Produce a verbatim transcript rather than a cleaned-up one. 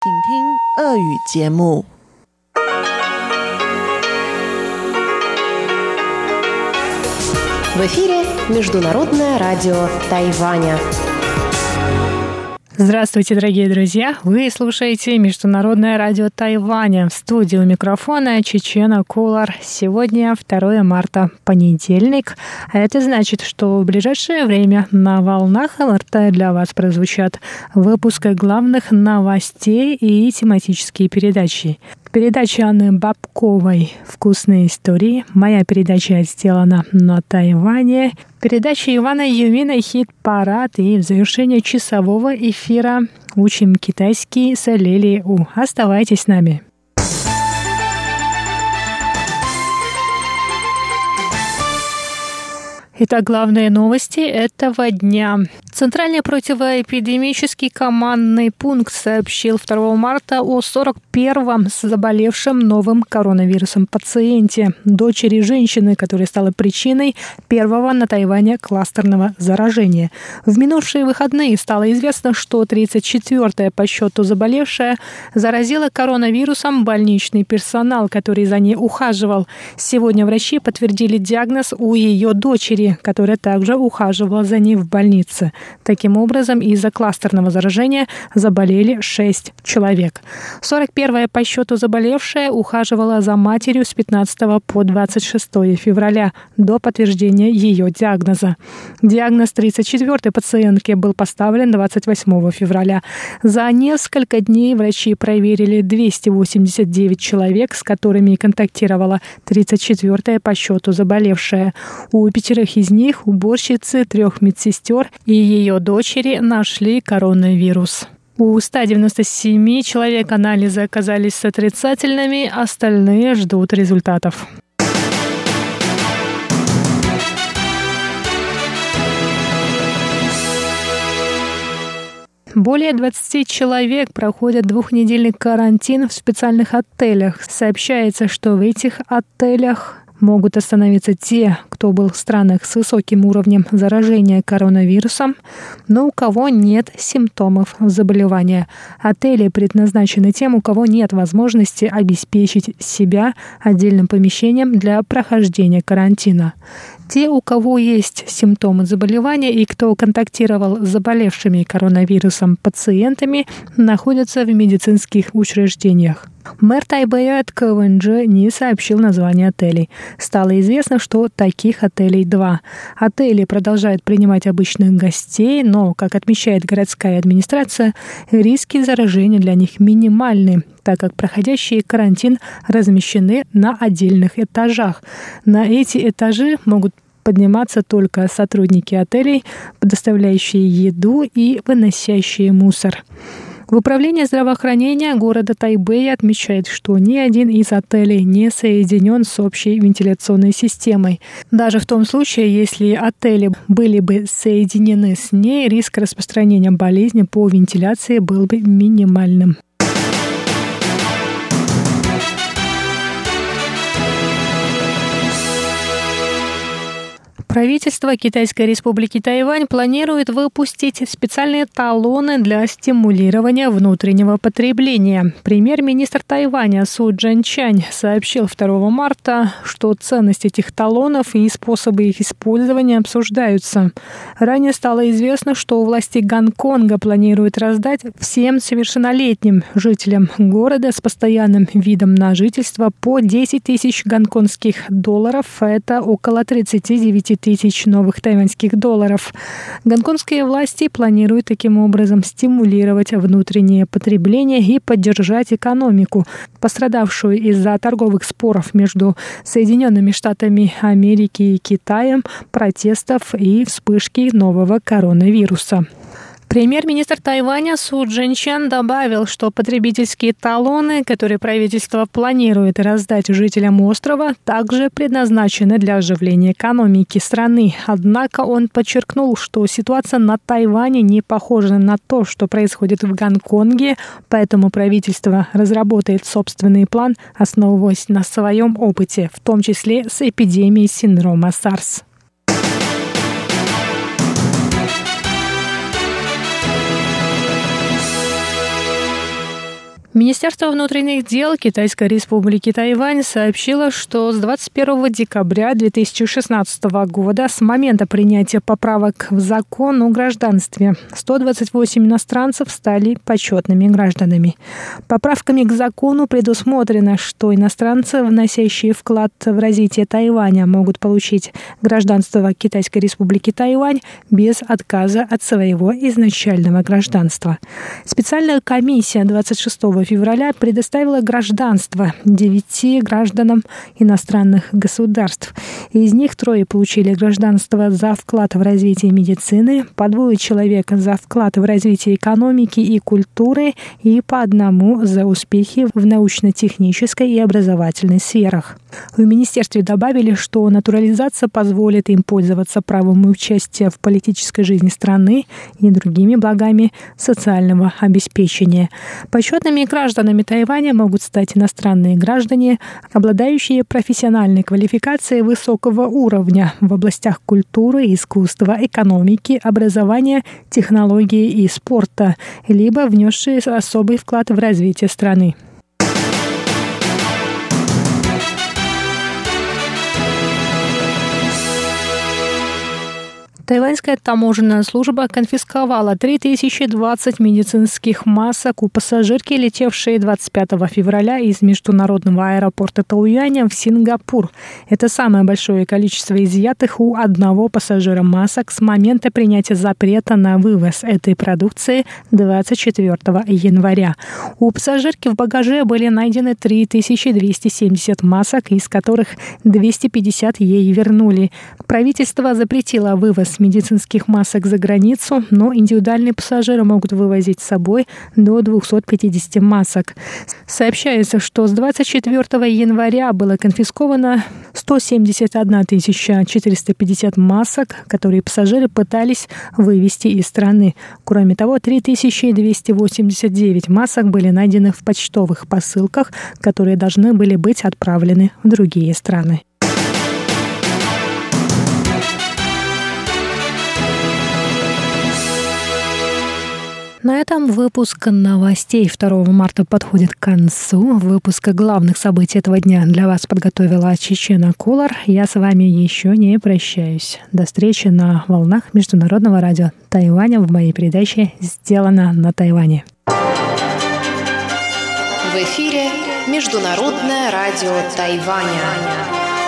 请听俄语节目。 В эфире Международное радио Тайваня. Здравствуйте, дорогие друзья! Вы слушаете Международное радио Тайваня. В студии у микрофона Чечена Кулар. Сегодня второе марта, понедельник. А это значит, что в ближайшее время на волнах эл эр тэ для вас прозвучат выпуски главных новостей и тематические передачи. Передача Анны Бабковой «Вкусные истории». Моя передача сделана на Тайване. Передача Ивана Юмина «Хит-парад». И в завершение часового эфира учим китайский с Лилией У. Оставайтесь с нами. Итак, главные новости этого дня. Центральный противоэпидемический командный пункт сообщил второго марта о сорок первом заболевшем новым коронавирусом пациенте, дочери женщины, которая стала причиной первого на Тайване кластерного заражения. В минувшие выходные стало известно, что тридцать четвёртая по счету заболевшая заразила коронавирусом больничный персонал, который за ней ухаживал. Сегодня врачи подтвердили диагноз у ее дочери, которая также ухаживала за ней в больнице. Таким образом, из-за кластерного заражения заболели шесть человек. сорок первая по счету заболевшая ухаживала за матерью с пятнадцатого по двадцать шестое февраля до подтверждения ее диагноза. Диагноз тридцать четвёртой пациентки был поставлен двадцать восьмого февраля. За несколько дней врачи проверили двести восемьдесят девять человек, с которыми контактировала тридцать четвёртая по счету заболевшая. У пятерых из них, уборщицы, трех медсестер и ее дочери, нашли коронавирус. У ста девяноста семи человек анализы оказались отрицательными, остальные ждут результатов. Более двадцати человек проходят двухнедельный карантин в специальных отелях. Сообщается, что в этих отелях могут остановиться те, кто был в странах с высоким уровнем заражения коронавирусом, но у кого нет симптомов заболевания. Отели предназначены тем, у кого нет возможности обеспечить себя отдельным помещением для прохождения карантина. Те, у кого есть симптомы заболевания и кто контактировал с заболевшими коронавирусом пациентами, находятся в медицинских учреждениях. Мэр Тайбэя Ке Вэньчжэ не сообщил название отелей. Стало известно, что таких отелей два. Отели продолжают принимать обычных гостей, но, как отмечает городская администрация, риски заражения для них минимальны, так как проходящие карантин размещены на отдельных этажах. На эти этажи могут подниматься только сотрудники отелей, предоставляющие еду и выносящие мусор. В управлении здравоохранения города Тайбэя отмечает, что ни один из отелей не соединен с общей вентиляционной системой. Даже в том случае, если отели были бы соединены с ней, риск распространения болезни по вентиляции был бы минимальным. Правительство Китайской республики Тайвань планирует выпустить специальные талоны для стимулирования внутреннего потребления. Премьер-министр Тайваня Су Чжэньчань сообщил второго марта, что ценность этих талонов и способы их использования обсуждаются. Ранее стало известно, что власти Гонконга планируют раздать всем совершеннолетним жителям города с постоянным видом на жительство по десять тысяч гонконгских долларов. Это около тридцать девять тысяч новых тайваньских долларов. Гонконгские власти планируют таким образом стимулировать внутреннее потребление и поддержать экономику, пострадавшую из-за торговых споров между Соединенными Штатами Америки и Китаем, протестов и вспышки нового коронавируса. Премьер-министр Тайваня Су Чжэньчань добавил, что потребительские талоны, которые правительство планирует раздать жителям острова, также предназначены для оживления экономики страны. Однако он подчеркнул, что ситуация на Тайване не похожа на то, что происходит в Гонконге, поэтому правительство разработает собственный план, основываясь на своем опыте, в том числе с эпидемией синдрома SARS. Министерство внутренних дел Китайской республики Тайвань сообщило, что с двадцать первого декабря две тысячи шестнадцатого года, с момента принятия поправок в закон о гражданстве, сто двадцать восемь иностранцев стали почетными гражданами. Поправками к закону предусмотрено, что иностранцы, вносящие вклад в развитие Тайваня, могут получить гражданство Китайской республики Тайвань без отказа от своего изначального гражданства. Специальная комиссия двадцать шестого февраля предоставила гражданство девяти гражданам иностранных государств. Из них трое получили гражданство за вклад в развитие медицины, по двое человек за вклад в развитие экономики и культуры и по одному за успехи в научно-технической и образовательной сферах. В министерстве добавили, что натурализация позволит им пользоваться правом участия в политической жизни страны и другими благами социального обеспечения. Почетными гражданами Тайваня могут стать иностранные граждане, обладающие профессиональной квалификацией высокого уровня в областях культуры, искусства, экономики, образования, технологии и спорта, либо внесшие особый вклад в развитие страны. Тайваньская таможенная служба конфисковала три тысячи двадцать медицинских масок у пассажирки, летевшей двадцать пятого февраля из международного аэропорта Таоюаня в Сингапур. Это самое большое количество изъятых у одного пассажира масок с момента принятия запрета на вывоз этой продукции двадцать четвёртого января. У пассажирки в багаже были найдены три тысячи двести семьдесят масок, из которых двести пятьдесят ей вернули. Правительство запретило вывоз медицинских масок за границу, но индивидуальные пассажиры могут вывозить с собой до двухсот пятидесяти масок. Сообщается, что с двадцать четвёртого января было конфисковано сто семьдесят одна тысяча четыреста пятьдесят масок, которые пассажиры пытались вывезти из страны. Кроме того, три тысячи двести восемьдесят девять масок были найдены в почтовых посылках, которые должны были быть отправлены в другие страны. На этом выпуск новостей второго марта подходит к концу. Выпуск главных событий этого дня для вас подготовила Чечена Кулар. Я с вами еще не прощаюсь. До встречи на волнах Международного радио Тайваня в моей передаче «Сделано на Тайване». В эфире Международное радио Тайваня.